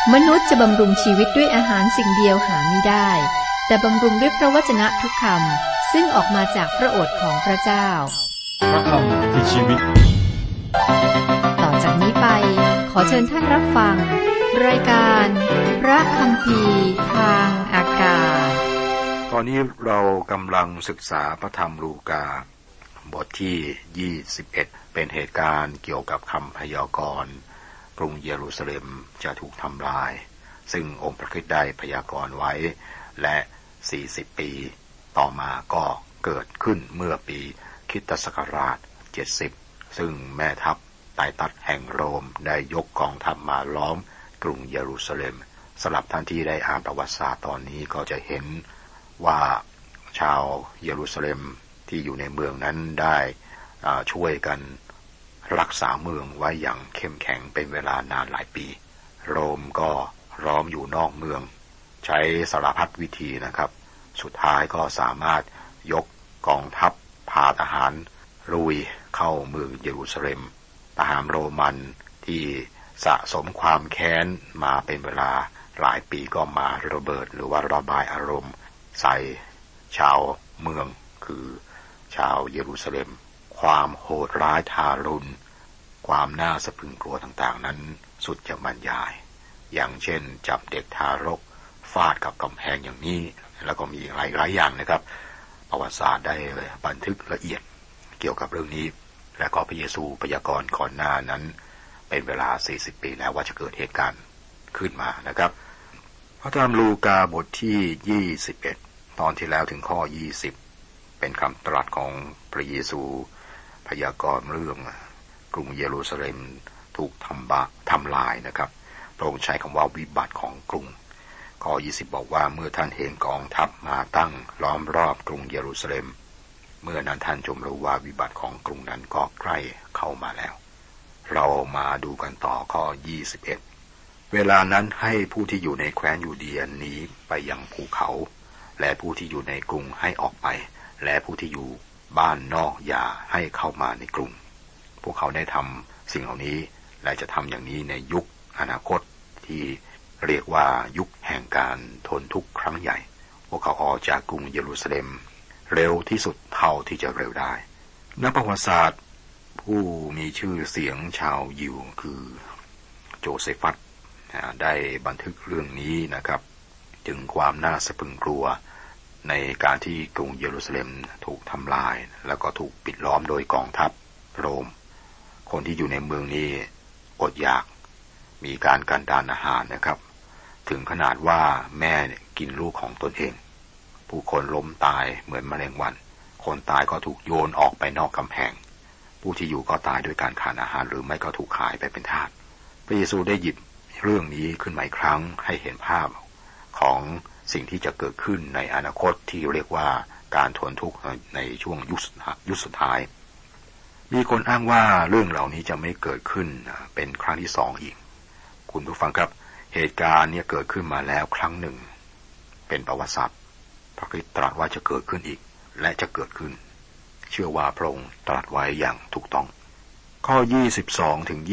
มนุษย์จะบำรุงชีวิตด้วยอาหารสิ่งเดียวหาไม่ได้แต่บำรุงด้วยพระวจนะทุกคำซึ่งออกมาจากพระโอษฐ์ของพระเจ้าพระคำคือชีวิตต่อจากนี้ไปขอเชิญท่านรับฟังรายการพระคัมภีร์ทางอากาศตอนนี้เรากำลังศึกษาพระธรรมลูกาบทที่21เป็นเหตุการณ์เกี่ยวกับคำพยากรณ์กรุงเยรูซาเล็มจะถูกทำลายซึ่งองค์พระคริสต์ได้พยากรณ์ไว้และ40ปีต่อมาก็เกิดขึ้นเมื่อปีคริสตศักราช70ซึ่งแม่ทัพไตตัสแห่งโรมได้ยกกองทัพมาล้อมกรุงเยรูซาเล็มสำหรับท่านที่ได้อ่านประวัติศาสตร์ตอนนี้ก็จะเห็นว่าชาวเยรูซาเล็มที่อยู่ในเมืองนั้นได้ช่วยกันรักษาเมืองไว้อย่างเข้มแข็งเป็นเวลานานหลายปีโรมก็ล้อมอยู่นอกเมืองใช้สารพัดวิธีนะครับสุดท้ายก็สามารถยกกองทัพพาทหารลุยเข้าเมืองเยรูซาเล็มทหารโรมันที่สะสมความแค้นมาเป็นเวลาหลายปีก็มาระเบิดหรือว่าระบายอารมณ์ใส่ชาวเมืองคือชาวเยรูซาเล็มความโหดร้ายทารุณความน่าสะพรึงกลัวต่างๆนั้นสุดจะบรรยายอย่างเช่นจับเด็กทารกฟาดกับกำแพงอย่างนี้แล้วก็มีหลายอย่างนะครับประวัติศาสตร์ได้บันทึกละเอียดเกี่ยวกับเรื่องนี้และก็พระเยซูพยากรณ์ก่อนหน้านั้นเป็นเวลา40ปีแล้วว่าจะเกิดเหตุการณ์ขึ้นมานะครับพระธรรมลูกาบทที่21ตอนที่แล้วถึงข้อ20เป็นคำตรัสของพระเยซูพยากรณ์เรื่องกรุงเยรูซาเล็มถูกทำลายนะครับพระองค์ใช้คำว่าวิบัติของกรุงข้อ20บอกว่าเมื่อท่านเห็นกองทัพมาตั้งล้อมรอบกรุงเยรูซาเล็มเมื่อนั้นท่านจงรู้ว่าวิบัติของกรุงนั้นก็ใกล้เข้ามาแล้วเรามาดูกันต่อข้อ21เวลานั้นให้ผู้ที่อยู่ในแคว้นยูเดียหนีไปยังภูเขาและผู้ที่อยู่ในกรุงให้ออกไปและผู้ที่อยู่บ้านนอกอย่าให้เข้ามาในกรุงพวกเขาได้ทำสิ่งเหล่านี้และจะทำอย่างนี้ในยุคอนาคตที่เรียกว่ายุคแห่งการทนทุกข์ครั้งใหญ่พวกเขาออกจากกรุงเยรูซาเล็มเร็วที่สุดเท่าที่จะเร็วได้นักประวัติศาสตร์ผู้มีชื่อเสียงชาวยิวคือโจเซฟัสได้บันทึกเรื่องนี้นะครับถึงความน่าสะพรึงกลัวในการที่กรุงเยรูซาเล็มถูกทำลายแล้วก็ถูกปิดล้อมโดยกองทัพโรมคนที่อยู่ในเมืองนี้อดอยากมีการกันดารอาหารนะครับถึงขนาดว่าแม่กินลูกของตนเองผู้คนล้มตายเหมือนแมลงวันคนตายก็ถูกโยนออกไปนอกกำแพงผู้ที่อยู่ก็ตายโดยการขาดอาหารหรือไม่ก็ถูกขายไปเป็นทาสพระเยซูได้หยิบเรื่องนี้ขึ้นมาอีกครั้งให้เห็นภาพของสิ่งที่จะเกิดขึ้นในอนาคตที่เรียกว่าการทนทุกข์ในช่วงยุคสุดท้ายมีคนอ้างว่าเรื่องเหล่านี้จะไม่เกิดขึ้นเป็นครั้งที่2อีกคุณผู้ฟังครับเหตุการณ์นี้เกิดขึ้นมาแล้วครั้งหนึ่งเป็นประวัติศาสตร์พระคริสต์ตรัสว่าจะเกิดขึ้นอีกและจะเกิดขึ้นเชื่อว่าพระองค์ตรัสไว้อย่างถูกต้องข้อ22ถึง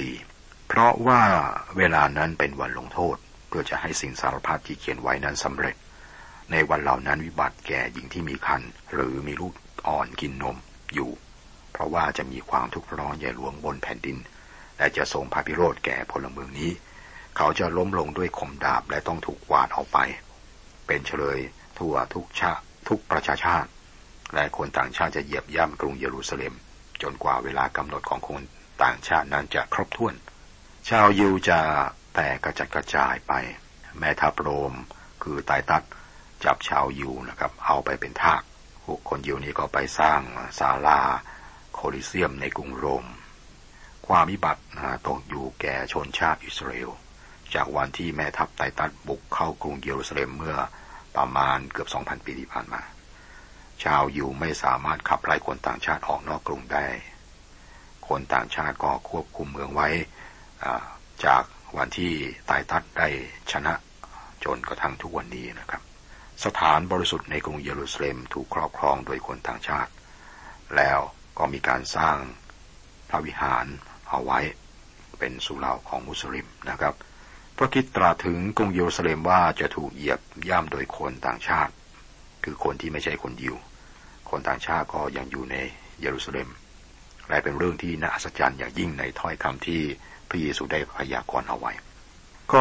24เพราะว่าเวลานั้นเป็นวันลงโทษเพื่อจะให้สิ่งสารพัดที่เขียนไว้นั้นสำเร็จในวันเหล่านั้นวิบัติแก่หญิงที่มีครรภ์หรือมีลูกอ่อนกินนมอยู่เพราะว่าจะมีความทุกข์ร้อนใหญ่หลวงบนแผ่นดินและจะทรงพระพิโรธแก่พลเมืองนี้เขาจะล้มลงด้วยคมดาบและต้องถูกกวาดออกไปเป็นเฉลยทั่วทุกประชาชาติและคนต่างชาติจะเหยียบย่ำกรุงเยรูซาเล็มจนกว่าเวลากำหนดของคนต่างชาตินั้นจะครบถ้วนชาวยิวจะแตกกระจัดกระจายไปแม่ทัพโรมคือไตตัสจับชาวยิวนะครับเอาไปเป็นทาสคนยิวนี้ก็ไปสร้างศาลาโคลิเซียมในกรุงโรมความวิบัติตกอยู่แก่ชนชาติอิสราเอลจากวันที่แม่ทัพไตตัสบุกเข้ากรุงเยรูซาเล็มเมื่อประมาณเกือบ 2,000 ปีที่ผ่านมาชาวยิวไม่สามารถขับไล่คนต่างชาติออกนอกกรุงได้คนต่างชาติก็ควบคุมเมืองไว้จากวันที่ไตตัสได้ชนะจนกระทั่งทุกวันนี้นะครับสถานบริสุทธิ์ในกรุงเยรูซาเล็มถูกครอบครองโดยคนต่างชาติแล้วก็มีการสร้างพระวิหารเอาไว้เป็นสุเหร่าของมุสลิมนะครับเพราะคิดตราถึงกรุงเยรูซาเล็มว่าจะถูกเหยียบย่ำโดยคนต่างชาติคือคนที่ไม่ใช่คนยิวคนต่างชาติก็ยังอยู่ในเยรูซาเล็มและเป็นเรื่องที่น่าอัศจรรย์อย่างยิ่งในถ้อยคำที่พระเยซูได้พยากรณ์เอาไว้ข้อ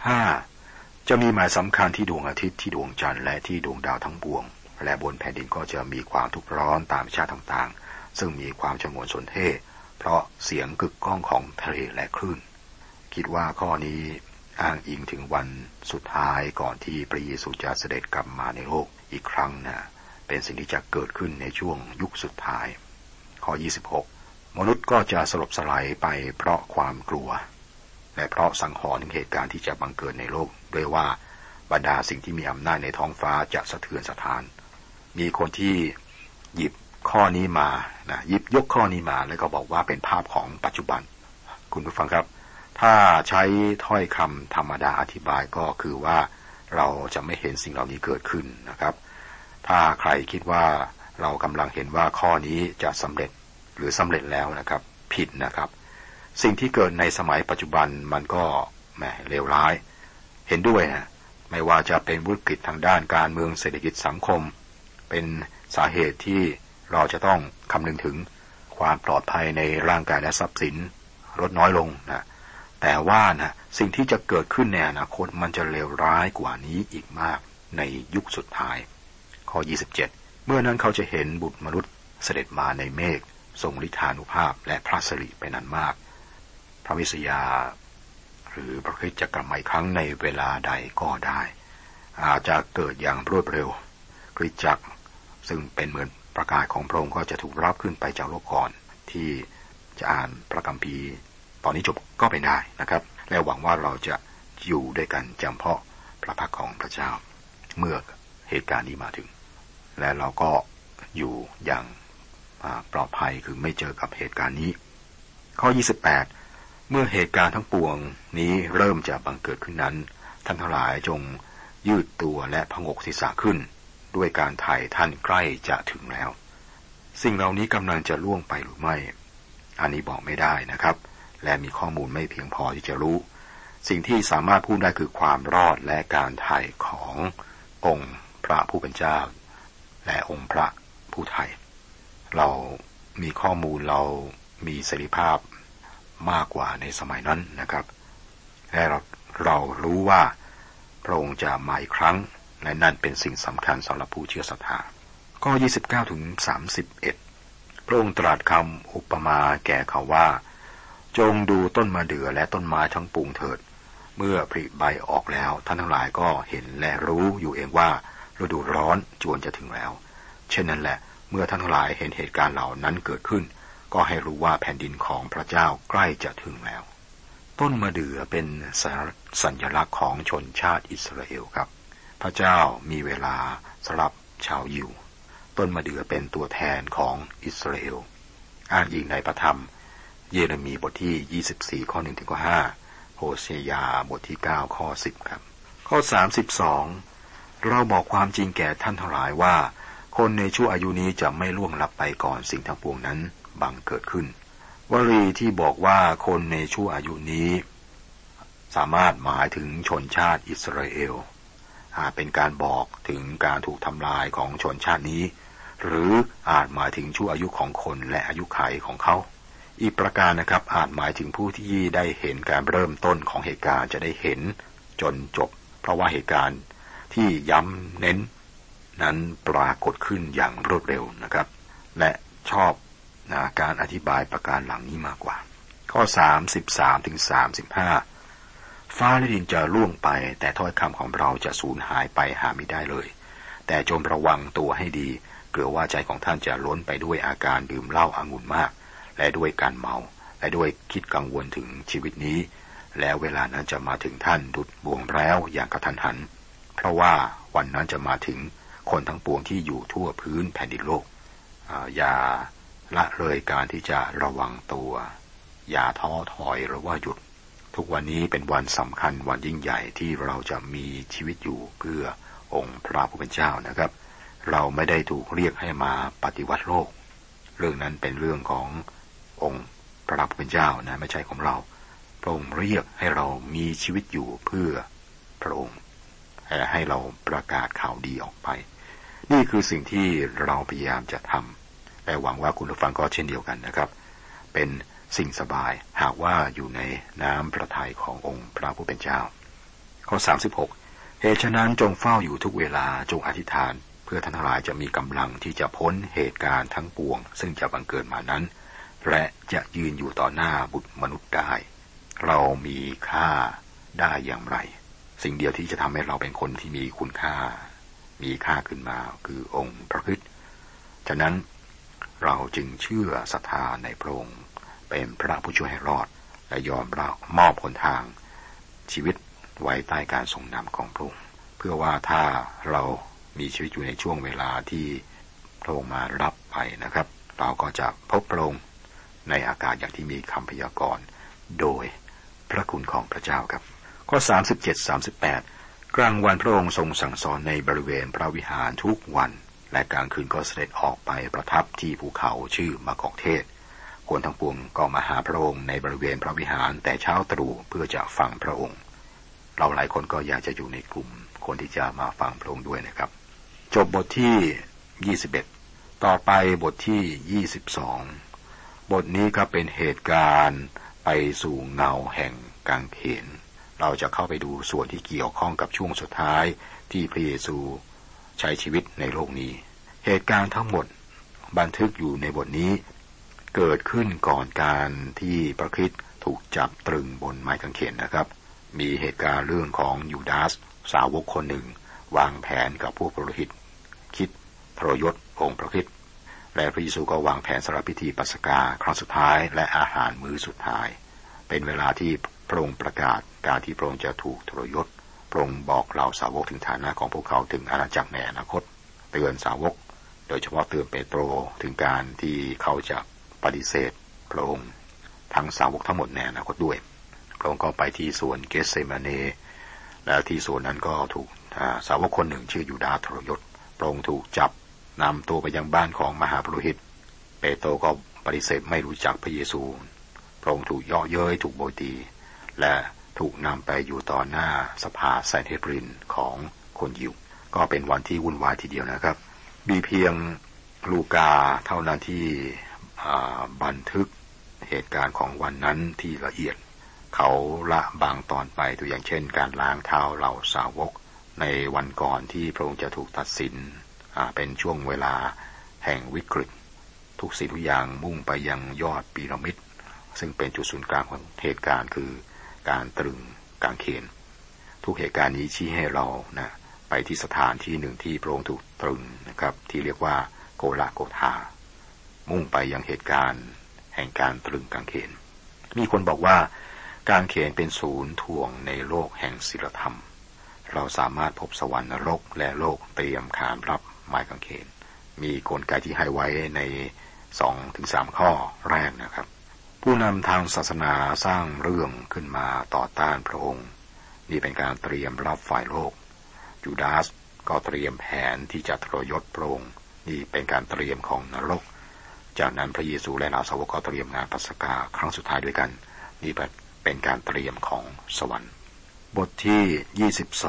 25จะมีหมายสำคัญที่ดวงอาทิตย์ที่ดวงจันทร์และที่ดวงดาวทั้งปวงและบนแผ่นดินก็จะมีความทุกข์ร้อนตามชาติต่างๆซึ่งมีความชงนสนเท่เพราะเสียงกึกก้องของทะเลและคลื่นคิดว่าข้อนี้อ้างอิงถึงวันสุดท้ายก่อนที่พระเยซูจะเสด็จกลับมาในโลกอีกครั้งนะเป็นสิ่งที่จะเกิดขึ้นในช่วงยุคสุดท้ายข้อ26มนุษย์ก็จะสลบสลายไปเพราะความกลัวและเพราะสังหรณ์ถึงเหตุการณ์ที่จะบังเกิดในโลกด้วยว่าบรรดาสิ่งที่มีอำนาจในท้องฟ้าจะสะเทือนสะท้านมีคนที่หยิบข้อนี้มาหยิบยกข้อนี้มาแล้วก็บอกว่าเป็นภาพของปัจจุบันคุณผู้ฟังครับถ้าใช้ถ้อยคำธรรมดาอธิบายก็คือว่าเราจะไม่เห็นสิ่งเหล่านี้เกิดขึ้นนะครับถ้าใครคิดว่าเรากำลังเห็นว่าข้อนี้จะสำเร็จหรือสำเร็จแล้วนะครับผิดนะครับสิ่งที่เกิดในสมัยปัจจุบันมันก็เลวร้ายเห็นด้วยนะไม่ว่าจะเป็นวิกฤตทางด้านการเมืองเศรษฐกิจสังคมเป็นสาเหตุที่เราจะต้องคำนึงถึงความปลอดภัยในร่างกายและทรัพย์สินลดน้อยลงนะแต่ว่านะสิ่งที่จะเกิดขึ้นในอนาคตมันจะเลวร้ายกว่านี้อีกมากในยุคสุดท้ายข้อ27เมื่อนั้นเขาจะเห็นบุตรมนุษย์เสด็จมาในเมฆทรงฤทธานุภาพและพระสิริเป็นอันมากพระเมสสิยาหรือพระคริสต์จะกลับมาอีกครั้งในเวลาใดก็ได้อาจจะเกิดอย่างรวดเร็วคริสตจักรซึ่งเป็นเหมือนประกาศของพระองค์ก็จะถูกรับขึ้นไปจากโลกก่อนที่จะอ่านพระคัมภีร์ตอนนี้จบก็เป็นได้นะครับและหวังว่าเราจะอยู่ด้วยกันจำเพาะพระพักของพระเจ้าเมื่อเหตุการณ์นี้มาถึงและเราก็อยู่อย่างปลอดภัยคือไม่เจอกับเหตุการณ์นี้ข้อ28เมื่อเหตุการณ์ทั้งปวงนี้เริ่มจะบังเกิดขึ้นนั้นท่านทั้งหลายจงยืดตัวและผงกศีรษะขึ้นด้วยการไถ่ท่านใกล้จะถึงแล้วสิ่งเหล่านี้กำลังจะล่วงไปหรือไม่อันนี้บอกไม่ได้นะครับและมีข้อมูลไม่เพียงพอที่จะรู้สิ่งที่สามารถพูดได้คือความรอดและการไถ่ขององค์พระผู้เป็นเจ้าและองค์พระผู้ไถ่เรามีข้อมูลเรามีเสรีภาพมากกว่าในสมัยนั้นนะครับและเรารู้ว่าพระองค์จะมาอีกครั้งและนั่นเป็นสิ่งสำคัญสำหรับผู้เชื่อศรัทธาข้อ29ถึง31พระองค์ตรัสคำอุปมาแก่เขาว่าจงดูต้นมะเดื่อและต้นไม้ทั้งปวงเถิดเมื่อผลิใบออกแล้วท่านทั้งหลายก็เห็นและรู้อยู่เองว่าฤดูร้อนจวนจะถึงแล้วเช่นนั้นแหละเมื่อท่านทั้งหลายเห็นเหตุการณ์เหล่านั้นเกิดขึ้นก็ให้รู้ว่าแผ่นดินของพระเจ้าใกล้จะถึงแล้วต้นมะเดื่อเป็นสัญลักษณ์ของชนชาติอิสราเอลครับพระเจ้ามีเวลาสำหรับชาวยิวต้นมะเดื่อเป็นตัวแทนของอิสราเอลอ้างอิงในพระธรรมเยเรมีบทที่24ข้อ1ถึงข้อ5โฮเซยาบทที่9ข้อ10ครับข้อ32เราบอกความจริงแก่ท่านทั้งหลายว่าคนในชั่วอายุนี้จะไม่ล่วงลับไปก่อนสิ่งทั้งปวงนั้นบังเกิดขึ้นวลีที่บอกว่าคนในชั่วอายุนี้สามารถหมายถึงชนชาติอิสราเอลอาจเป็นการบอกถึงการถูกทำลายของชนชาตินี้หรืออาจหมายถึงชั่วอายุของคนและอายุขัยของเขาอีกประการนะครับอาจหมายถึงผู้ที่ได้เห็นการเริ่มต้นของเหตุการณ์จะได้เห็นจนจบเพราะว่าเหตุการณ์ที่ย้ำเน้นนั้นปรากฏขึ้นอย่างรวดเร็วนะครับและชอบการอธิบายประการหลังนี้มากกว่าข้อ33ถึง35ฟ้าและดินจะล่วงไปแต่ถ้อยคำของเราจะสูญหายไปหาไม่ได้เลยแต่จงระวังตัวให้ดีเกลัวว่าใจของท่านจะล้นไปด้วยอาการดื่มเหล้าองุ่นมากและด้วยการเมาและด้วยคิดกังวลถึงชีวิตนี้แล้วเวลานั้นจะมาถึงท่านดุจบ่วงแล้วอย่างกระทันหันเพราะว่าวันนั้นจะมาถึงคนทั้งปวงที่อยู่ทั่วพื้นแผ่นดินโลกอย่าละเลยการที่จะระวังตัวอย่าท้อถอยหรือว่าหยุดทุกวันนี้เป็นวันสำคัญวันยิ่งใหญ่ที่เราจะมีชีวิตอยู่เพื่อองค์พระผู้เป็นเจ้านะครับเราไม่ได้ถูกเรียกให้มาปฏิวัติโลกเรื่องนั้นเป็นเรื่องขององค์พระผู้เป็นเจ้านะไม่ใช่ของเราพระองค์เรียกให้เรามีชีวิตอยู่เพื่อพระองค์ให้เราประกาศข่าวดีออกไปนี่คือสิ่งที่เราพยายามจะทำและหวังว่าคุณผู้ฟังก็เช่นเดียวกันนะครับเป็นสิ่งสบายหากว่าอยู่ในน้ำพระทัยขององค์พระผู้เป็นเจ้าข้อ36เหตุฉะนั้นจงเฝ้าอยู่ทุกเวลาจงอธิษฐานเพื่อท่านทั้งหลายจะมีกำลังที่จะพ้นเหตุการณ์ทั้งปวงซึ่งจะบังเกิดมานั้นและจะยืนอยู่ต่อหน้าบุตรมนุษย์ได้เรามีค่าได้อย่างไรสิ่งเดียวที่จะทำให้เราเป็นคนที่มีคุณค่ามีค่าขึ้นมาคือองค์พระคริสต์ฉะนั้นเราจึงเชื่อศรัทธาในพระองค์เป็นพระผู้ช่วยให้รอดและยอมรับมอบหนทางชีวิตไว้ใต้การทรงนำของพระองค์เพื่อว่าถ้าเรามีชีวิตอยู่ในช่วงเวลาที่พระองค์มารับไปนะครับเราก็จะพบพระองค์ในอากาศอย่างที่มีคำพยากรณ์โดยพระคุณของพระเจ้าครับข้อ37-38กลางวันพระองค์ทรงสั่งสอนในบริเวณพระวิหารทุกวันและกลางคืนก็เสด็จออกไปประทับที่ภูเขาชื่อมะกอกเทศคนทั้งปวงก็มาหาพระองค์ในบริเวณพระวิหารแต่เช้าตรู่เพื่อจะฟังพระองค์เราหลายคนก็อยากจะอยู่ในกลุ่มคนที่จะมาฟังพระองค์ด้วยนะครับจบบทที่21ต่อไปบทที่22บทนี้ก็เป็นเหตุการณ์ไปสู่เงาแห่งกางเขนเราจะเข้าไปดูส่วนที่เกี่ยวข้องกับช่วงสุดท้ายที่พระเยซูใช้ชีวิตในโลกนี้เหตุการณ์ทั้งหมดบันทึกอยู่ในบทนี้เกิดขึ้นก่อนการที่พระคริสต์ถูกจับตรึงบนไม้กางเขนนะครับมีเหตุการณ์เรื่องของยูดาสสาวกคนหนึ่งวางแผนกับพวกปุโรหิตคิดทรยศองค์พระคริสต์และพระเยซูก็วางแผนสำหรับพิธีปัสกาครั้งสุดท้ายและอาหารมื้อสุดท้ายเป็นเวลาที่พระองค์ประกาศการที่พระองค์จะถูกทรยศพระองค์บอกเหล่าสาวกถึงฐานะของพวกเขาถึงอาณาจักรในอนาคตเตือนสาวกโดยเฉพาะเตือนเปโตรถึงการที่เขาจะปฏิเสธพระองค์ทั้งสาวกทั้งหมดในอนาคตด้วยพระองค์ก็ไปที่สวนเกสเซมาเนแล้วที่สวนนั้นก็ถูกสาวกคนหนึ่งชื่อยูดาทรยศพระองค์ถูกจับนำตัวไปยังบ้านของมหาปุโรหิตเปโตรก็ปฏิเสธไม่รู้จักพระเยซูพระองค์ถูกเยาะเย้ยถูกโบยตีและถูกนำไปอยู่ต่อหน้าสภาไซนเฮดรินของคนยิวก็เป็นวันที่วุ่นวายทีเดียวนะครับมีเพียงลูกาเท่านั้นที่บันทึกเหตุการณ์ของวันนั้นที่ละเอียดเขาละบางตอนไปตัวอย่างเช่นการล้างเท้าเหล่าสาวกในวันก่อนที่พระองค์จะถูกตัดสินเป็นช่วงเวลาแห่งวิกฤตทุกสิ่งทุกอย่างมุ่งไปยังยอดพีระมิดซึ่งเป็นจุดศูนย์กลางของเหตุการณ์คือการตรึงกางเขนทุกเหตุการณ์นี้ชี้ให้เรานะไปที่สถานที่หนึ่งที่พระองค์ถูกตรึงนะครับที่เรียกว่าโกลาโกธามุ่งไปยังเหตุการณ์แห่งการตรึงกางเขนมีคนบอกว่ากางเขนเป็นศูนย์ถ่วงในโลกแห่งศีลธรรมเราสามารถพบสวรรค์นรกและโลกเตรียมขานรับไม้กางเขนมีกลไกที่ให้ไว้ใน 2-3 ข้อแรกนะครับผู้นำทางศาสนาสร้างเรื่องขึ้นมาต่อต้านพระองค์นี่เป็นการเตรียมรับฝ่ายโลกยูดาสก็เตรียมแผนที่จะทรยศพระองค์นี่เป็นการเตรียมของนรกจากนั้นพระเยซูและเหล่าสาวกก็เตรียมงานปัสกาครั้งสุดท้ายด้วยกันนี่เป็นการเตรียมของสวรรค์บทที่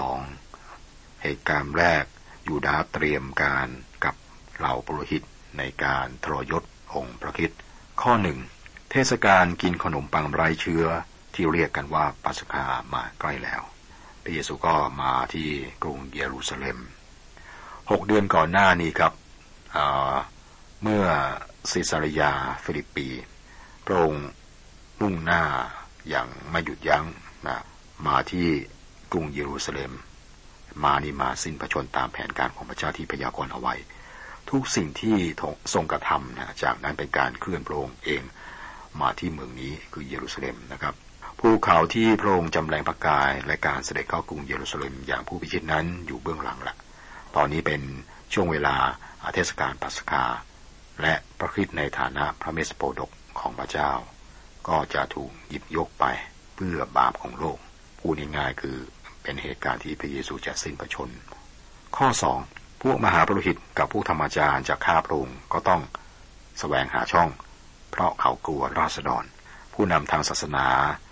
22เหตุการณ์แรกยูดาสเตรียมการกับเหล่าปุโรหิตในการทรยศองค์พระคริสต์ข้อ1เทศกาลกินขนมปังไร้เชื้อที่เรียกกันว่าปัสกามาใกล้แล้วพระเยซูก็มาที่กรุงเยรูซาเล็ม6 เดือนก่อนหน้านี้ครับเมื่อซิซาริยาฟิลิปปีพระองค์มุ่งหน้าอย่างไม่หยุดยั้งมาที่กรุงเยรูซาเล็มมาสิ้นพระชนม์ตามแผนการของพระเจ้าที่พยากรณ์เอาไว้ทุกสิ่งที่ทรงกระทำจากนั้นเป็นการเคลื่อนพระองค์เองมาที่เมืองนี้คือเยรูซาเล็มนะครับภูเขาที่พระองค์จำแรงพระกายและการเสด็จเข้ากรุงเยรูซาเล็มอย่างผู้พิชิตนั้นอยู่เบื้องหลังละตอนนี้เป็นช่วงเวลาเทศกาลปัสกาและพระคริสต์ในฐานะพระเมสสโปดกของพระเจ้าก็จะถูกหยิบยกไปเพื่อบาปของโลกพูดง่ายๆคือเป็นเหตุการณ์ที่พระเยซูจะสิ้นพระชนม์ข้อ2พวกมหาปุโรหิตกับผู้ธรรมจารย์จะฆ่าพระองค์ก็ต้องแสวงหาช่องเพราะเขากลัวราษฎรผู้นำทางศาสนา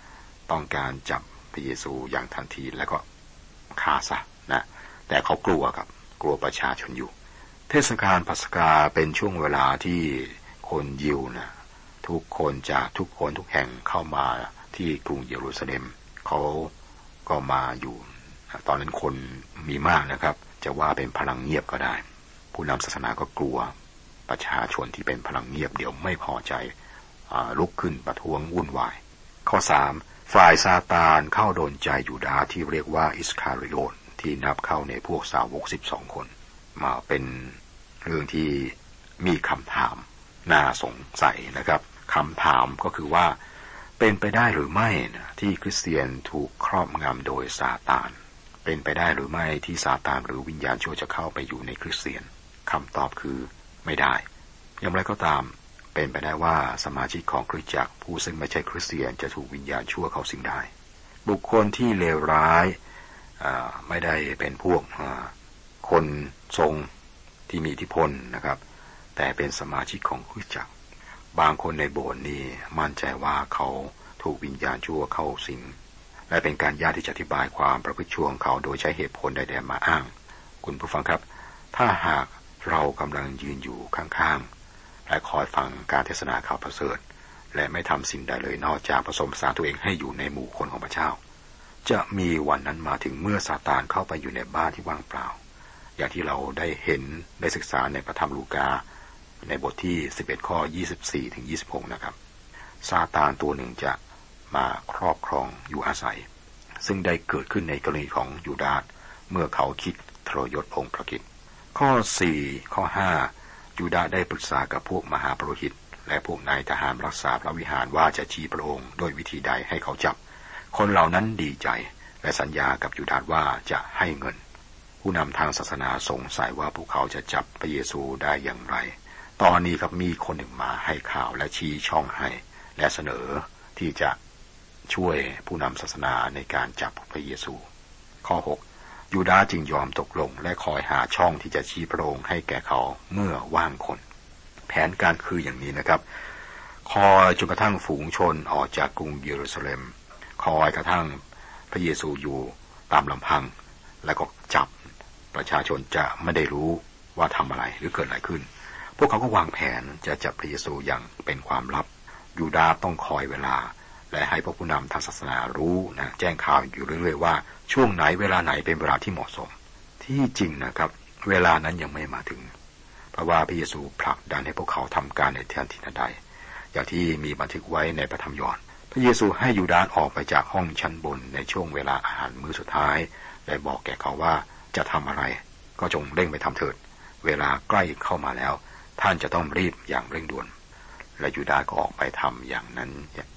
ต้องการจับพระเยซูอย่างทันทีแล้วก็ฆ่าซะนะแต่เขากลัวประชาชนอยู่เทศกาลปัสกาเป็นช่วงเวลาที่คนยิวนะทุกคนจากทุกคนทุกแห่งเข้ามาที่กรุงเยรูซาเล็มเขาก็มาอยู่ตอนนั้นคนมีมากนะครับจะว่าเป็นพลังเงียบก็ได้ผู้นำศาสนาก็กลัวประชาชนที่เป็นพลังเงียบเดี๋ยวไม่พอใจลุกขึ้นประท้วงวุ่นวายข้อ3ฝ่ายซาตานเข้าโดนใจยูดาห์ที่เรียกว่าอิสคาริโอตที่นับเข้าในพวกสาวก12คนมาเป็นเรื่องที่มีคำถามน่าสงสัยนะครับคำถามก็คือว่าเป็นไปได้หรือไม่นะที่คริสเตียนถูกครอบงำโดยซาตานเป็นไปได้หรือไม่ที่ซาตานหรือวิญญาณชั่วจะเข้าไปอยู่ในคริสเตียนคำตอบคือไม่ได้อย่างไรก็ตามเป็นไปได้ว่าสมาชิกของคริสตจักรผู้ซึ่งไม่ใช่คริสเตียนจะถูกวิญญาณชั่วเข้าสิงได้บุคคลที่เลวร้ายไม่ได้เป็นพวกคนทรงที่มีอิทธิพลนะครับแต่เป็นสมาชิกของคริสตจักรบางคนในโบสถ์นี่มั่นใจว่าเขาถูกวิญญาณชั่วเข้าสิงและเป็นการยากที่จะอธิบายความประพฤติชั่วของเขาโดยใช้เหตุผลใดๆมาอ้างคุณผู้ฟังครับถ้าหากเรากำลังยืนอยู่ข้างๆและคอยฟังการเทศนาข่าวประเสริฐและไม่ทำสิ่งใดเลยนอกจากผสมผสานตัวเองให้อยู่ในหมู่คนของพระเจ้าจะมีวันนั้นมาถึงเมื่อซาตานเข้าไปอยู่ในบ้านที่ว่างเปล่าอย่างที่เราได้เห็นได้ศึกษาในพระธรรมลูกาในบทที่11ข้อ24ถึง26นะครับซาตานตัวหนึ่งจะมาครอบครองอยู่อาศัยซึ่งได้เกิดขึ้นในกรณีของยูดาห์เมื่อเขาคิดทรยศองค์พระคริสต์ข้อ4ข้อ5ยูดาห์ได้ปรึกษากับพวกมหาปุโรหิตและพวกนายทหารรักษาพระวิหารว่าจะชี้พระองค์ด้วยวิธีใดให้เขาจับคนเหล่านั้นดีใจและสัญญากับยูดาห์ว่าจะให้เงินผู้นำทางศาสนาสงสัยว่าพวกเขาจะจับพระเยซูได้อย่างไรตอนนี้ครับมีคนหนึ่งมาให้ข่าวและชี้ช่องให้และเสนอที่จะช่วยผู้นำศาสนาในการจับพระเยซูข้อ6ยูดาห์จึงยอมตกลงและคอยหาช่องที่จะชี้พระองค์ให้แก่เขาเมื่อว่างคนแผนการคืออย่างนี้นะครับคอยจนกระทั่งฝูงชนออกจากกรุงเยรูซาเล็มคอยกระทั่งพระเยซูอยู่ตามลำพังแล้วก็จับประชาชนจะไม่ได้รู้ว่าทำอะไรหรือเกิดอะไรขึ้นพวกเขาก็วางแผนจะจับพระเยซูอย่างเป็นความลับยูดาห์ต้องคอยเวลาและให้พวกผู้นำทางศาสนารู้นะแจ้งข่าวอยู่เรื่อยๆว่าช่วงไหนเวลาไหนเป็นเวลาที่เหมาะสมที่จริงนะครับเวลานั้นยังไม่มาถึงเพราะว่าพระเยซูผลักดันให้พวกเขาทำการในทันทีทันใดอย่างที่มีบันทึกไว้ในพระธรรมยอห์นพระเยซูให้ยูดาห์ออกไปจากห้องชั้นบนในช่วงเวลาอาหารมื้อสุดท้ายและบอกแก่เขาว่าจะทำอะไรก็จงเร่งไปทำเถิดเวลาใกล้เข้ามาแล้วท่านจะต้องรีบอย่างเร่งด่วนและยูดาห์ก็ออกไปทำอย่างนั้น